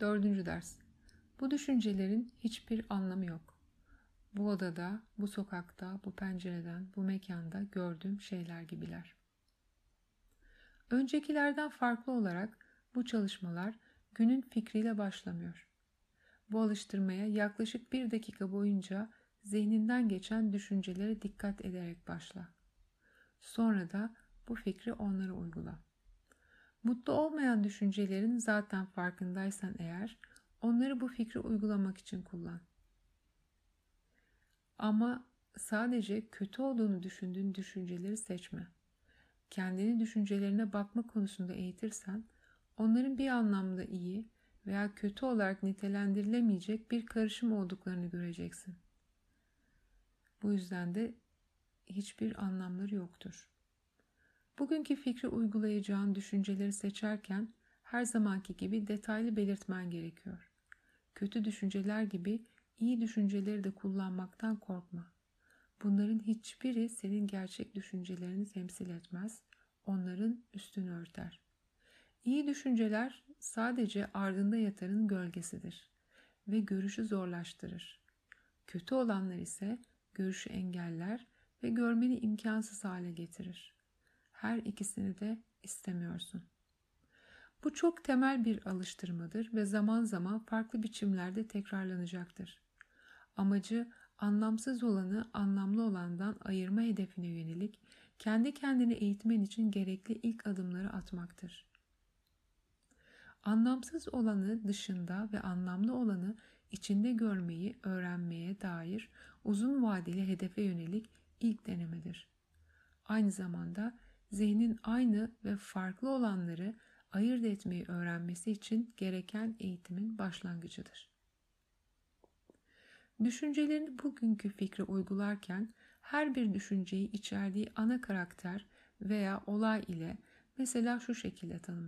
Dördüncü ders. Bu düşüncelerin hiçbir anlamı yok. Bu odada, bu sokakta, bu pencereden, bu mekanda gördüğüm şeyler gibiler. Öncekilerden farklı olarak bu çalışmalar günün fikriyle başlamıyor. Bu alıştırmaya yaklaşık 1 dakika boyunca zihninden geçen düşüncelere dikkat ederek başla. Sonra da bu fikri onlara uygula. Mutlu olmayan düşüncelerin zaten farkındaysan eğer, onları bu fikri uygulamak için kullan. Ama sadece kötü olduğunu düşündüğün düşünceleri seçme. Kendini düşüncelerine bakma konusunda eğitirsen, onların bir anlamda iyi veya kötü olarak nitelendirilemeyecek bir karışım olduklarını göreceksin. Bu yüzden de hiçbir anlamları yoktur. Bugünkü fikri uygulayacağın düşünceleri seçerken her zamanki gibi detaylı belirtmen gerekiyor. Kötü düşünceler gibi iyi düşünceleri de kullanmaktan korkma. Bunların hiçbiri senin gerçek düşüncelerini temsil etmez, onların üstünü örter. İyi düşünceler sadece ardında yatarın gölgesidir ve görüşü zorlaştırır. Kötü olanlar ise görüşü engeller ve görmeni imkansız hale getirir. Her ikisini de istemiyorsun. Bu çok temel bir alıştırmadır ve zaman zaman farklı biçimlerde tekrarlanacaktır. Amacı anlamsız olanı anlamlı olandan ayırma hedefine yönelik kendi kendini eğitmen için gerekli ilk adımları atmaktır. Anlamsız olanı dışında ve anlamlı olanı içinde görmeyi öğrenmeye dair uzun vadeli hedefe yönelik ilk denemedir. Aynı zamanda zihnin aynı ve farklı olanları ayırt etmeyi öğrenmesi için gereken eğitimin başlangıcıdır. Düşüncelerini bugünkü fikre uygularken her bir düşünceyi içerdiği ana karakter veya olay ile mesela şu şekilde tanımla. ...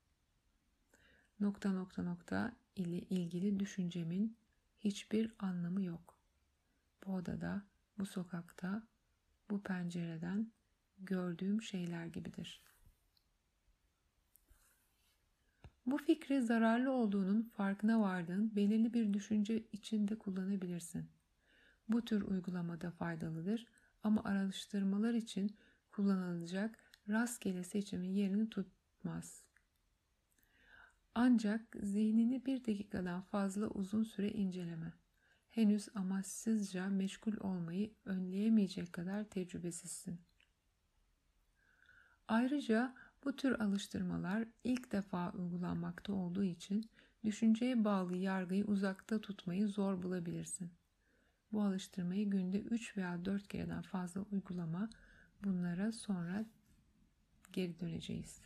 ile ilgili düşüncemin hiçbir anlamı yok. Bu odada, bu sokakta, bu pencereden gördüğüm şeyler gibidir. Bu fikri zararlı olduğunun farkına vardığın belirli bir düşünce içinde kullanabilirsin. Bu tür uygulamada faydalıdır ama araştırmalar için kullanılacak rastgele seçimin yerini tutmaz. Ancak zihnini 1 dakikadan fazla uzun süre inceleme. Henüz amaçsızca meşgul olmayı önleyemeyecek kadar tecrübesizsin. Ayrıca bu tür alıştırmalar ilk defa uygulanmakta olduğu için düşünceye bağlı yargıyı uzakta tutmayı zor bulabilirsin. Bu alıştırmayı günde 3 veya 4 kereden fazla uygulama, bunlara sonra geri döneceğiz.